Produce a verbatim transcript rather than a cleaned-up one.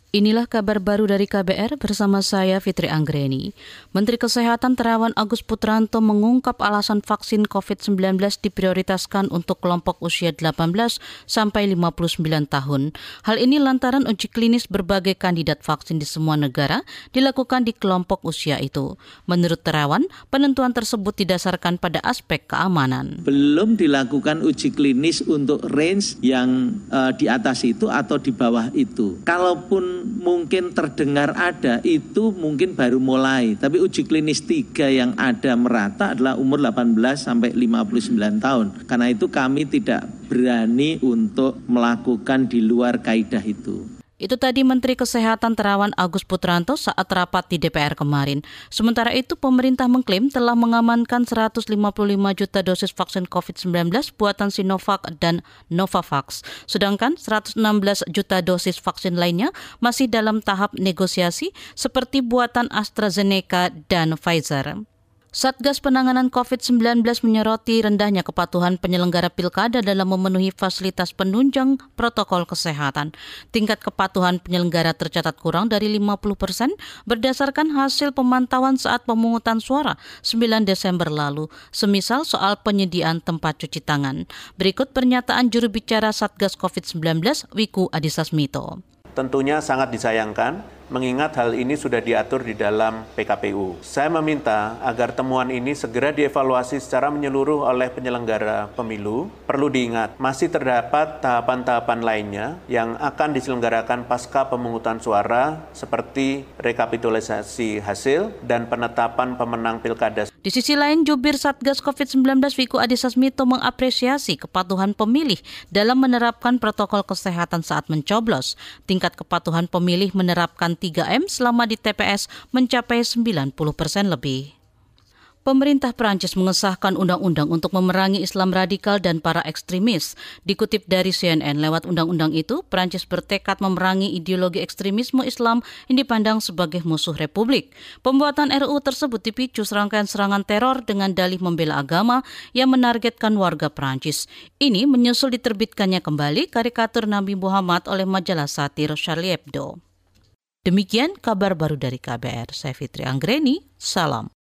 Inilah kabar baru dari K B R bersama saya Fitri Anggreni. Menteri Kesehatan Terawan Agus Putranto mengungkap alasan vaksin covid sembilan belas diprioritaskan untuk kelompok usia delapan belas sampai lima puluh sembilan tahun. Hal ini lantaran uji klinis berbagai kandidat vaksin di semua negara dilakukan di kelompok usia itu. Menurut Terawan, penentuan tersebut didasarkan pada aspek keamanan. Belum dilakukan uji klinis untuk range yang uh, di atas itu atau di bawah itu. Kalaupun mungkin terdengar ada, itu mungkin baru mulai. Tapi uji klinis tiga yang ada merata adalah umur delapan belas sampai lima puluh sembilan tahun. Karena itu kami tidak berani untuk melakukan di luar kaidah itu. Itu tadi Menteri Kesehatan Terawan Agus Putranto saat rapat di D P R kemarin. Sementara itu, pemerintah mengklaim telah mengamankan seratus lima puluh lima juta dosis vaksin covid sembilan belas buatan Sinovac dan Novavax. Sedangkan seratus enam belas juta dosis vaksin lainnya masih dalam tahap negosiasi seperti buatan AstraZeneca dan Pfizer. Satgas Penanganan covid sembilan belas menyoroti rendahnya kepatuhan penyelenggara pilkada dalam memenuhi fasilitas penunjang protokol kesehatan. Tingkat kepatuhan penyelenggara tercatat kurang dari lima puluh persen berdasarkan hasil pemantauan saat pemungutan suara sembilan Desember lalu, semisal soal penyediaan tempat cuci tangan. Berikut pernyataan juru bicara Satgas covid sembilan belas, Wiku Adhisa Smito. Tentunya sangat disayangkan, mengingat hal ini sudah diatur di dalam P K P U. Saya meminta agar temuan ini segera dievaluasi secara menyeluruh oleh penyelenggara pemilu. Perlu diingat, masih terdapat tahapan-tahapan lainnya yang akan diselenggarakan pasca pemungutan suara seperti rekapitulasi hasil dan penetapan pemenang pilkada. Di sisi lain, jubir Satgas covid sembilan belas Wiku Adhisa Smito mengapresiasi kepatuhan pemilih dalam menerapkan protokol kesehatan saat mencoblos. Tingkat kepatuhan pemilih menerapkan tiga M selama di T P S mencapai sembilan puluh persen lebih. Pemerintah Prancis mengesahkan undang-undang untuk memerangi Islam radikal dan para ekstremis. Dikutip dari C N N, lewat undang-undang itu, Prancis bertekad memerangi ideologi ekstremisme Islam yang dipandang sebagai musuh Republik. Pembuatan R U U tersebut dipicu serangkaian serangan teror dengan dalih membela agama yang menargetkan warga Prancis. Ini menyusul diterbitkannya kembali karikatur Nabi Muhammad oleh majalah satir Charlie Hebdo. Demikian kabar baru dari K B R. Saya Fitri Anggreni, salam.